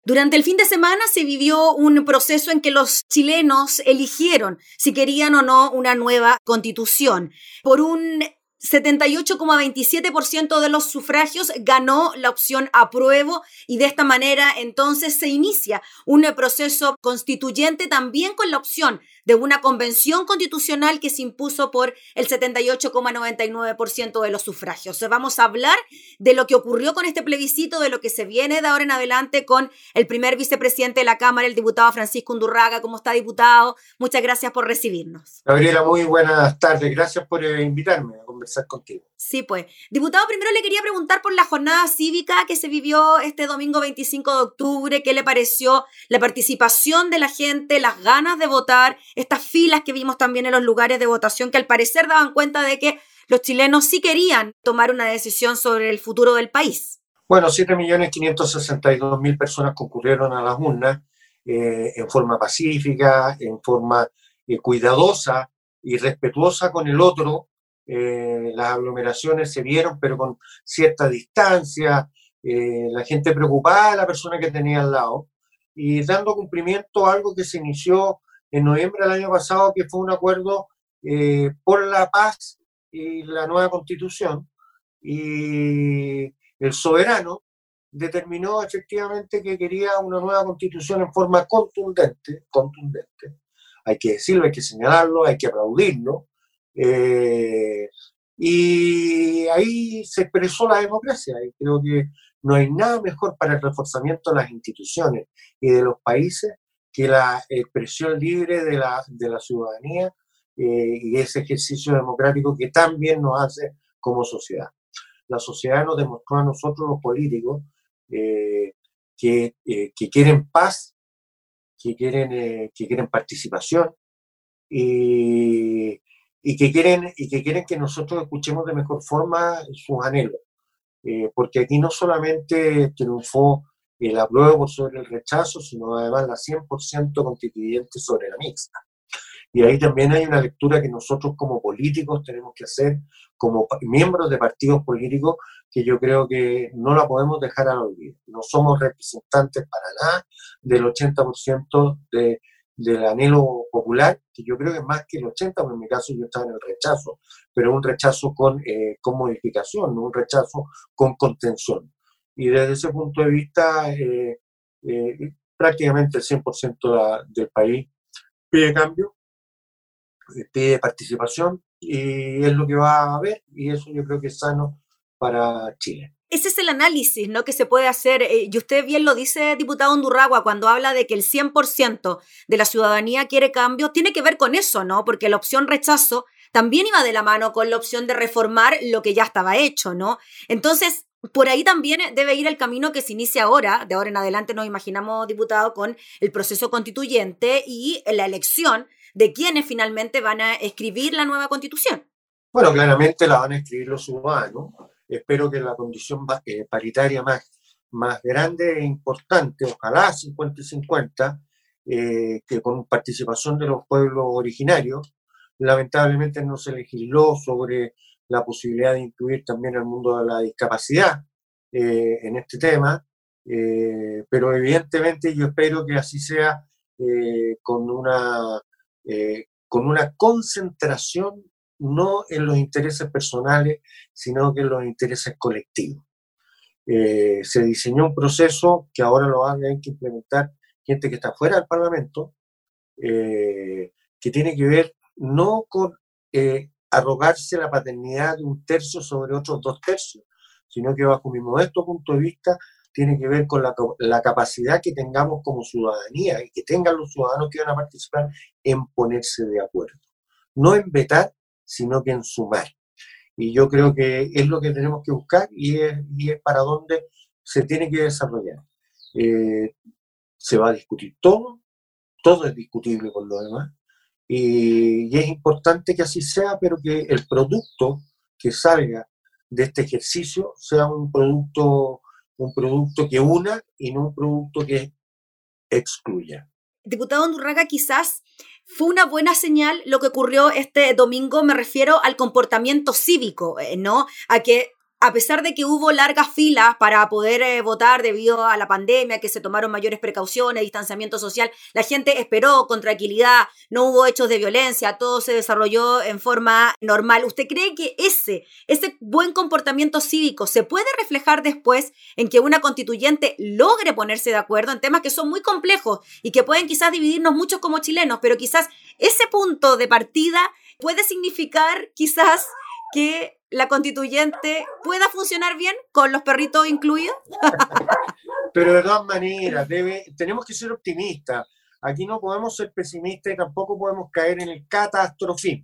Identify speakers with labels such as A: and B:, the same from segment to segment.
A: Durante el fin de semana se vivió un proceso en que los chilenos eligieron si querían o no una nueva constitución. Por un 78,27% de los sufragios ganó la opción apruebo y de esta manera entonces se inicia un proceso constituyente también con la opción de una convención constitucional que se impuso por el 78,99% de los sufragios. Vamos a hablar de lo que ocurrió con este plebiscito, de lo que se viene de ahora en adelante con el primer vicepresidente de la Cámara, el diputado Francisco Undurraga. ¿Cómo está, diputado? Muchas gracias por recibirnos.
B: Gabriela, muy buenas tardes. Gracias por invitarme a conversar contigo.
A: Sí, pues. Diputado, primero le quería preguntar por la jornada cívica que se vivió este domingo 25 de octubre. ¿Qué le pareció la participación de la gente, las ganas de votar, estas filas que vimos también en los lugares de votación que al parecer daban cuenta de que los chilenos sí querían tomar una decisión sobre el futuro del país?
B: Bueno, 7.562.000 personas concurrieron a las urnas en forma pacífica, en forma cuidadosa y respetuosa con el otro. Las aglomeraciones se vieron, pero con cierta distancia, la gente preocupada de la persona que tenía al lado y dando cumplimiento a algo que se inició en noviembre del año pasado, que fue un acuerdo por la paz y la nueva constitución. Y el soberano determinó efectivamente que quería una nueva constitución en forma contundente. Hay que decirlo, hay que señalarlo, hay que aplaudirlo. Y ahí se expresó la democracia. Y creo que no hay nada mejor para el reforzamiento de las instituciones y de los países que la expresión libre de la ciudadanía y ese ejercicio democrático que tan bien nos hace como sociedad. La sociedad nos demostró a nosotros los políticos que quieren paz, que quieren participación y que quieren que nosotros escuchemos de mejor forma sus anhelos. Porque aquí no solamente triunfó el apruebo por sobre el rechazo, sino además la 100% constituyente sobre la mixta. Y ahí también hay una lectura que nosotros como políticos tenemos que hacer, como miembros de partidos políticos, que yo creo que no la podemos dejar al olvido. No somos representantes para nada del 80% del anhelo popular, que yo creo que es más que el 80%, porque en mi caso yo estaba en el rechazo, pero un rechazo con modificación, no un rechazo con contención. Y desde ese punto de vista, prácticamente el 100% del país pide cambio, pide participación y es lo que va a haber y eso yo creo que es sano para Chile.
A: Ese es el análisis, ¿no?, que se puede hacer, y usted bien lo dice, diputado Undurraga, cuando habla de que el 100% de la ciudadanía quiere cambio, tiene que ver con eso, ¿no? Porque la opción rechazo también iba de la mano con la opción de reformar lo que ya estaba hecho, ¿no? Entonces, por ahí también debe ir el camino que se inicia ahora, de ahora en adelante nos imaginamos, diputado, con el proceso constituyente y la elección de quienes finalmente van a escribir la nueva constitución.
B: Bueno, claramente la van a escribir los ciudadanos. Espero que la condición paritaria más grande e importante, ojalá 50 y 50, que con participación de los pueblos originarios. Lamentablemente no se legisló sobre la posibilidad de incluir también el mundo de la discapacidad en este tema, pero evidentemente yo espero que así sea con una concentración no en los intereses personales, sino que en los intereses colectivos. Se diseñó un proceso que ahora lo van a tener que implementar gente que está fuera del Parlamento, que tiene que ver no con arrogarse la paternidad de un tercio sobre otros 2/3, sino que bajo mi modesto punto de vista tiene que ver con la capacidad que tengamos como ciudadanía y que tengan los ciudadanos que van a participar en ponerse de acuerdo. No en vetar, sino que en sumar. Y yo creo que es lo que tenemos que buscar y es para donde se tiene que desarrollar. Se va a discutir todo es discutible con lo demás, y es importante que así sea, pero que el producto que salga de este ejercicio sea un producto que una y no un producto que excluya.
A: Diputado Undurraga, quizás fue una buena señal lo que ocurrió este domingo, me refiero al comportamiento cívico, ¿no? A que a pesar de que hubo largas filas para poder votar debido a la pandemia, que se tomaron mayores precauciones, distanciamiento social, la gente esperó con tranquilidad, no hubo hechos de violencia, todo se desarrolló en forma normal. ¿Usted cree que ese buen comportamiento cívico se puede reflejar después en que una constituyente logre ponerse de acuerdo en temas que son muy complejos y que pueden quizás dividirnos muchos como chilenos, pero quizás ese punto de partida puede significar quizás que la constituyente pueda funcionar bien con los perritos incluidos?
B: Pero de todas maneras, tenemos que ser optimistas. Aquí no podemos ser pesimistas y tampoco podemos caer en el catastrofismo.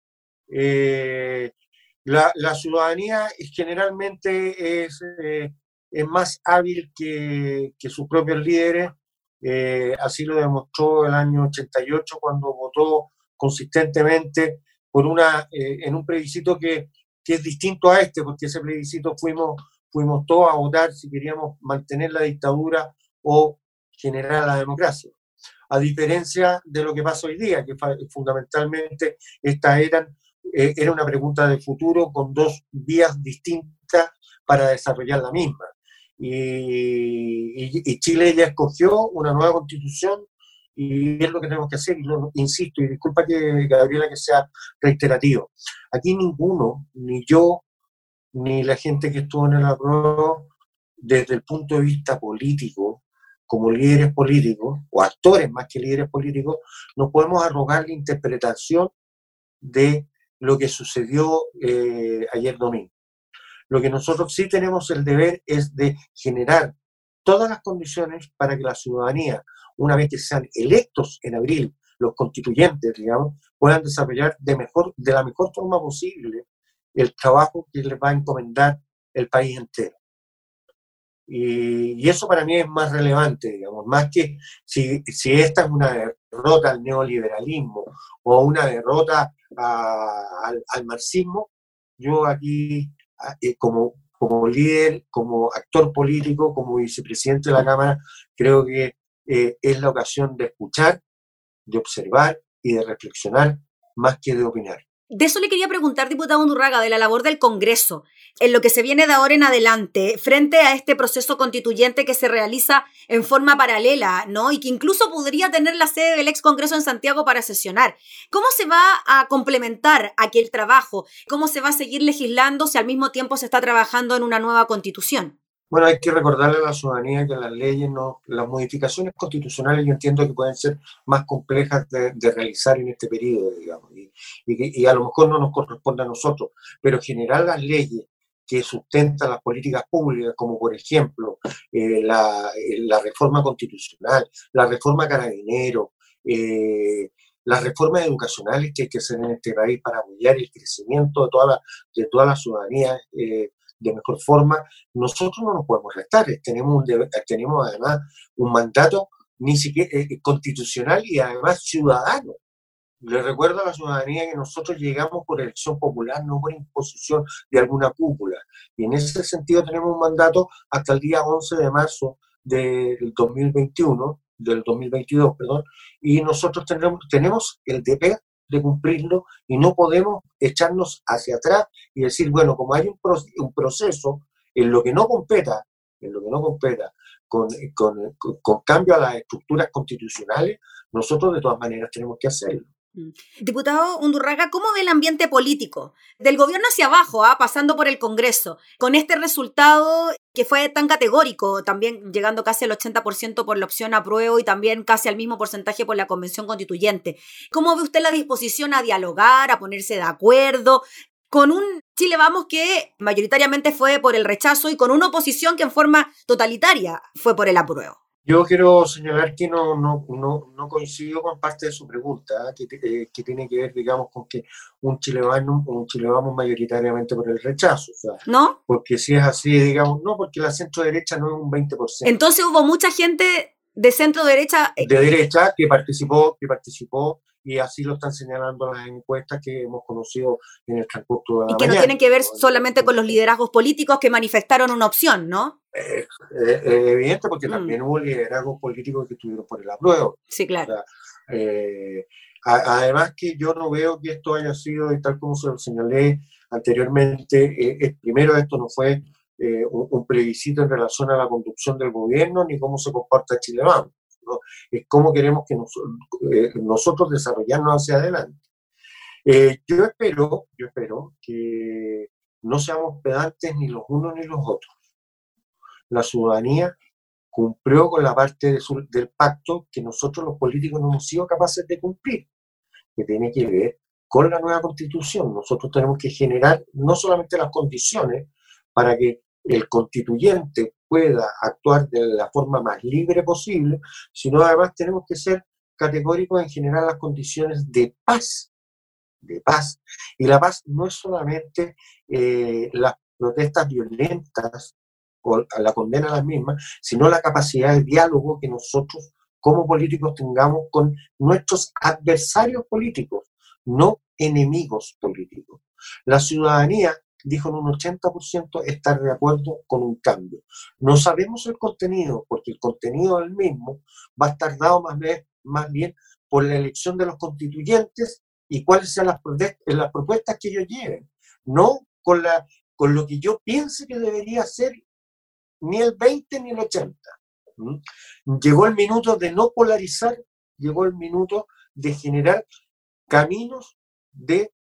B: La ciudadanía generalmente es más hábil que sus propios líderes. Así lo demostró el año 88 cuando votó consistentemente en un plebiscito que es distinto a este, porque ese plebiscito fuimos todos a votar si queríamos mantener la dictadura o generar la democracia. A diferencia de lo que pasa hoy día, que fundamentalmente era una pregunta de futuro con dos vías distintas para desarrollar la misma. Y Chile ya escogió una nueva constitución y es lo que tenemos que hacer. Y insisto, y disculpa Gabriela que sea reiterativo, aquí ninguno, ni yo, ni la gente que estuvo en el apruebo, desde el punto de vista político, como líderes políticos, o actores más que líderes políticos, no podemos arrogar la interpretación de lo que sucedió ayer domingo. Lo que nosotros sí tenemos el deber es de generar todas las condiciones para que la ciudadanía, una vez que sean electos en abril, los constituyentes, digamos, puedan desarrollar de la mejor forma posible el trabajo que les va a encomendar el país entero. Y eso para mí es más relevante, digamos, más que si esta es una derrota al neoliberalismo o una derrota al marxismo. Yo aquí, como líder, como actor político, como vicepresidente de la Cámara, creo que es la ocasión de escuchar, de observar y de reflexionar más que de opinar.
A: De eso le quería preguntar, diputado Undurraga, de la labor del Congreso, en lo que se viene de ahora en adelante, frente a este proceso constituyente que se realiza en forma paralela, ¿no? Y que incluso podría tener la sede del ex Congreso en Santiago para sesionar. ¿Cómo se va a complementar aquel trabajo? ¿Cómo se va a seguir legislando si al mismo tiempo se está trabajando en una nueva constitución?
B: Bueno, hay que recordarle a la ciudadanía que las leyes, las modificaciones constitucionales yo entiendo que pueden ser más complejas de realizar en este periodo, digamos, y a lo mejor no nos corresponde a nosotros, pero generar las leyes que sustentan las políticas públicas, como por ejemplo la reforma constitucional, la reforma carabinero, las reformas educacionales que hay que hacer en este país para apoyar el crecimiento de toda la ciudadanía, de mejor forma, nosotros no nos podemos restar. Tenemos además un mandato ni siquiera constitucional y además ciudadano. Le recuerdo a la ciudadanía que nosotros llegamos por elección popular, no por imposición de alguna cúpula. Y en ese sentido tenemos un mandato hasta el día 11 de marzo del 2022, perdón, y nosotros tenemos el deber de cumplirlo y no podemos echarnos hacia atrás y decir, bueno, como hay un proceso en lo que no competa con cambio a las estructuras constitucionales, nosotros de todas maneras tenemos que hacerlo.
A: Diputado Undurraga, ¿cómo ve el ambiente político? Del gobierno hacia abajo, pasando por el Congreso, con este resultado que fue tan categórico, también llegando casi al 80% por la opción apruebo y también casi al mismo porcentaje por la Convención Constituyente. ¿Cómo ve usted la disposición a dialogar, a ponerse de acuerdo, con un Chile Vamos que mayoritariamente fue por el rechazo y con una oposición que en forma totalitaria fue por el apruebo?
B: Yo quiero señalar que no coincido con parte de su pregunta, que tiene que ver, digamos, con que un Chile Vamos mayoritariamente por el rechazo. O sea,
A: ¿no?
B: Porque si es así, digamos, no, porque la centro-derecha no es un 20%.
A: Entonces hubo mucha gente de centro-derecha.
B: De derecha que participó, y así lo están señalando las encuestas que hemos conocido en el transcurso de la mañana.
A: Y que no tienen que ver solamente con los liderazgos políticos que manifestaron una opción, ¿no?
B: Evidente, porque también hubo liderazgos políticos que estuvieron por el apruebo.
A: Sí, claro.
B: O sea, además que yo no veo que esto haya sido, y tal como se lo señalé anteriormente, primero esto no fue un plebiscito en relación a la conducción del gobierno ni cómo se comporta Chile Vamos, ¿no? Es cómo queremos que nosotros desarrollarnos hacia adelante. Yo espero que no seamos pedantes ni los unos ni los otros. La ciudadanía cumplió con la parte del pacto que nosotros los políticos no hemos sido capaces de cumplir, que tiene que ver con la nueva constitución. Nosotros tenemos que generar no solamente las condiciones para que el constituyente pueda actuar de la forma más libre posible, sino además tenemos que ser categóricos en generar las condiciones de paz. Y la paz no es solamente las protestas violentas o la condena a las mismas, sino la capacidad de diálogo que nosotros como políticos tengamos con nuestros adversarios políticos, no enemigos políticos. La ciudadanía dijo en un 80% estar de acuerdo con un cambio. No sabemos el contenido, porque el contenido del mismo va a estar dado más bien por la elección de los constituyentes y cuáles sean las propuestas que ellos lleven, no con lo que yo piense que debería ser ni el 20 ni el 80. Llegó el minuto de no polarizar, llegó el minuto de generar caminos de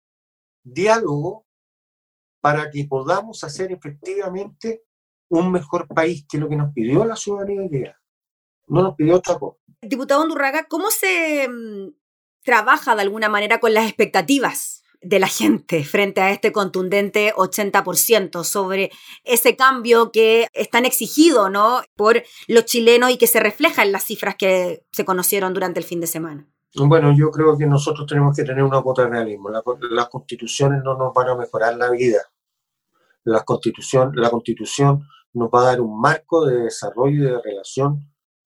B: diálogo para que podamos hacer efectivamente un mejor país, que es lo que nos pidió la ciudadanía hoy día. No nos pidió otra cosa.
A: Diputado Undurraga, ¿cómo se trabaja de alguna manera con las expectativas de la gente frente a este contundente 80% sobre ese cambio que es tan exigido, ¿no?, por los chilenos y que se refleja en las cifras que se conocieron durante el fin de semana?
B: Bueno, yo creo que nosotros tenemos que tener una cuota de realismo. Las constituciones no nos van a mejorar la vida. La constitución nos va a dar un marco de desarrollo y de relación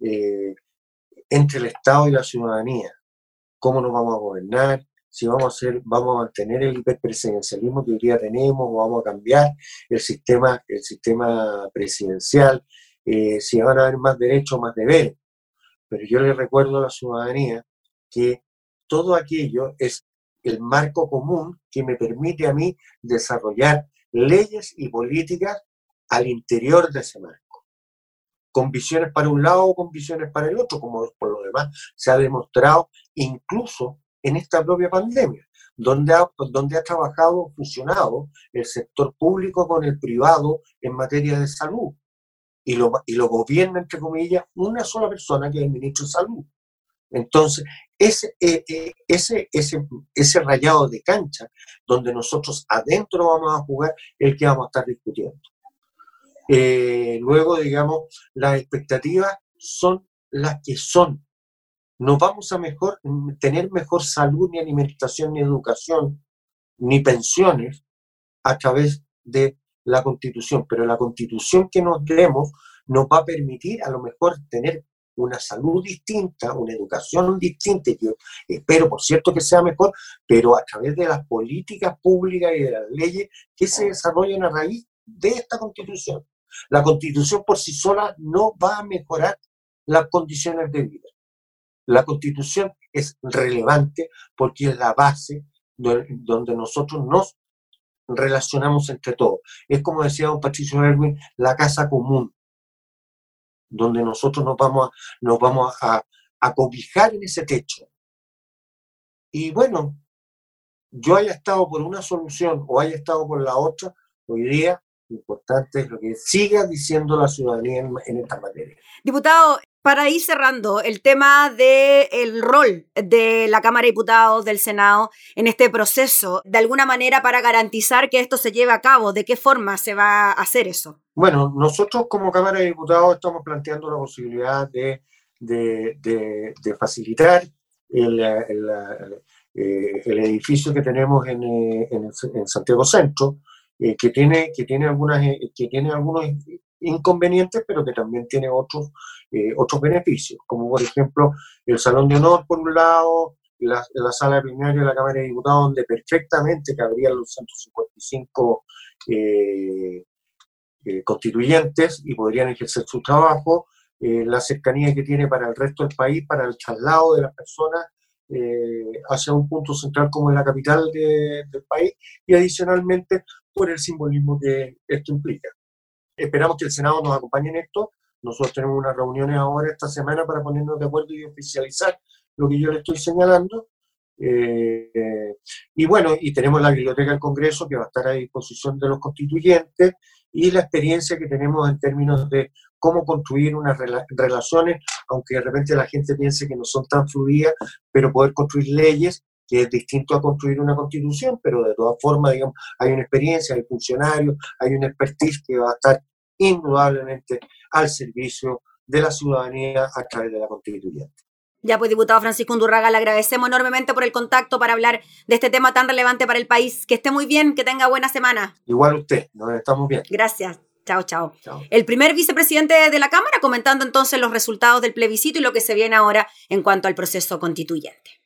B: entre el Estado y la ciudadanía. Cómo nos vamos a gobernar, si vamos a mantener el hiperpresidencialismo que hoy día tenemos, o vamos a cambiar el sistema presidencial, si van a haber más derechos o más deberes. Pero yo le recuerdo a la ciudadanía que todo aquello es el marco común que me permite a mí desarrollar leyes y políticas al interior de ese marco, con visiones para un lado o con visiones para el otro, como por lo demás se ha demostrado incluso en esta propia pandemia, donde ha trabajado, fusionado el sector público con el privado en materia de salud, y lo gobierna, entre comillas, una sola persona, que es el ministro de Salud. Entonces, ese rayado de cancha, donde nosotros adentro vamos a jugar, es el que vamos a estar discutiendo. Luego, digamos, las expectativas son las que son. No vamos a tener mejor salud, ni alimentación, ni educación, ni pensiones a través de la Constitución, pero la Constitución que nos demos nos va a permitir a lo mejor tener una salud distinta, una educación distinta. Yo espero, por cierto, que sea mejor, pero a través de las políticas públicas y de las leyes que se desarrollen a raíz de esta Constitución. La Constitución por sí sola no va a mejorar las condiciones de vida. La Constitución es relevante porque es la base donde nosotros nos relacionamos entre todos. Es, como decía don Patricio Erwin, la casa común, donde nosotros nos vamos a cobijar en ese techo. Y bueno, yo haya estado por una solución o haya estado por la otra, hoy día lo importante es lo que siga diciendo la ciudadanía en esta materia.
A: Diputado, para ir cerrando, el tema del rol de la Cámara de Diputados, del Senado, en este proceso, de alguna manera para garantizar que esto se lleve a cabo, ¿de qué forma se va a hacer eso?
B: Bueno, nosotros como Cámara de Diputados estamos planteando la posibilidad de facilitar el edificio que tenemos en Santiago Centro, que tiene algunos inconvenientes, pero que también tiene otros beneficios, como por ejemplo el Salón de Honor por un lado, la sala plenaria de la Cámara de Diputados, donde perfectamente cabrían los 155 constituyentes y podrían ejercer su trabajo, la cercanía que tiene para el resto del país, para el traslado de las personas hacia un punto central como en la capital del país, y adicionalmente por el simbolismo que esto implica. Esperamos que el Senado nos acompañe en esto. Nosotros tenemos unas reuniones ahora esta semana para ponernos de acuerdo y oficializar lo que yo le estoy señalando. Y bueno, y tenemos la Biblioteca del Congreso que va a estar a disposición de los constituyentes, y la experiencia que tenemos en términos de cómo construir unas relaciones, aunque de repente la gente piense que no son tan fluidas, pero poder construir leyes, que es distinto a construir una constitución, pero de todas formas, digamos, hay una experiencia, hay funcionarios, hay una expertise que va a estar indudablemente al servicio de la ciudadanía a través de la constituyente.
A: Ya pues, diputado Francisco Undurraga, le agradecemos enormemente por el contacto para hablar de este tema tan relevante para el país. Que esté muy bien, que tenga buena semana.
B: Igual usted, nos estamos bien.
A: Gracias. Chao, chao.
B: Chao.
A: El primer vicepresidente de la Cámara comentando entonces los resultados del plebiscito y lo que se viene ahora en cuanto al proceso constituyente.